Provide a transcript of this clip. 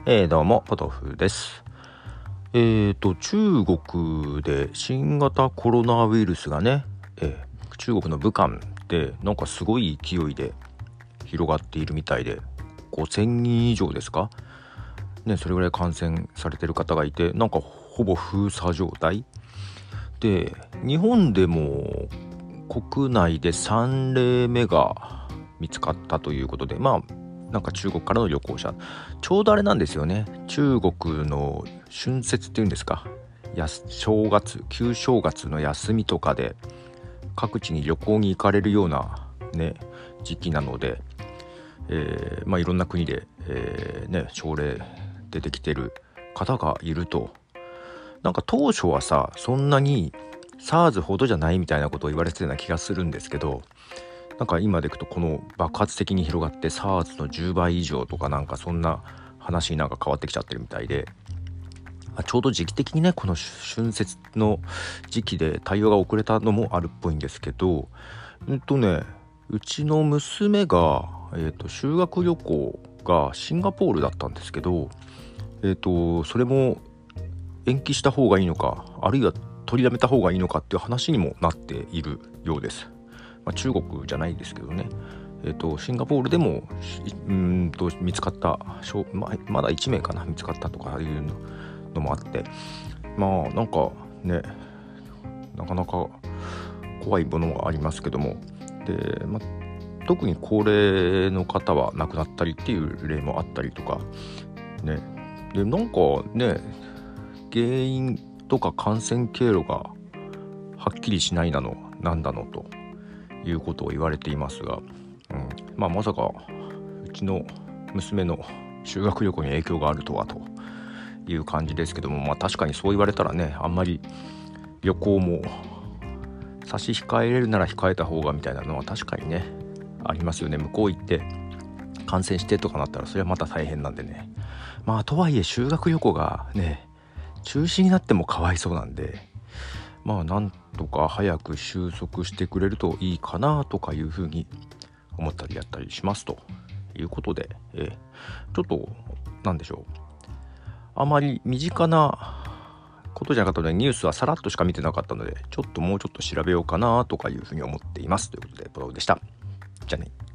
どうもポトフです。中国で新型コロナウイルスがね、中国の武漢でなんかすごい勢いで広がっているみたいで、5000人以上ですかね、それぐらい感染されてる方がいて、なんかほぼ封鎖状態で、日本でも国内で3例目が見つかったということで、なんか中国からの旅行者、ちょうどあれなんですよね、中国の春節っていうんですか、正月、旧正月の休みとかで各地に旅行に行かれるようなね時期なので、いろんな国で、症例出てきてる方がいると、なんか当初はさ、そんなに SARS ほどじゃないみたいなことを言われてたような気がするんですけど、なんか今でいくとこの爆発的に広がって SARS の10倍以上とか、なんかそんな話になんか変わってきちゃってるみたいで、ちょうど時期的にねこの春節の時期で対応が遅れたのもあるっぽいんですけど、うちの娘が、修学旅行がシンガポールだったんですけど、それも延期した方がいいのか、あるいは取りやめた方がいいのかっていう話にもなっているようです。中国じゃないですけどね、シンガポールでも見つかったまだ1名かな見つかったとかいうのもあって、なんかね、なかなか怖いものがありますけども、で、特に高齢の方は亡くなったりっていう例もあったりとかね、でなんかね、原因とか感染経路がはっきりしないなのなんだのということを言われていますが、まさかうちの娘の修学旅行に影響があるとはという感じですけども、確かにそう言われたらね、あんまり旅行も差し控えれるなら控えた方がみたいなのは確かにねありますよね。向こう行って感染してとかなったらそれはまた大変なんでね。とはいえ修学旅行がね中止になってもかわいそうなんで、なんとか早く収束してくれるといいかなとかいうふうに思ったりやったりしますということで、ちょっとなんでしょう、あまり身近なことじゃなかったので、ニュースはさらっとしか見てなかったので、もうちょっと調べようかなとかいうふうに思っていますということで、ポロでした。じゃあね。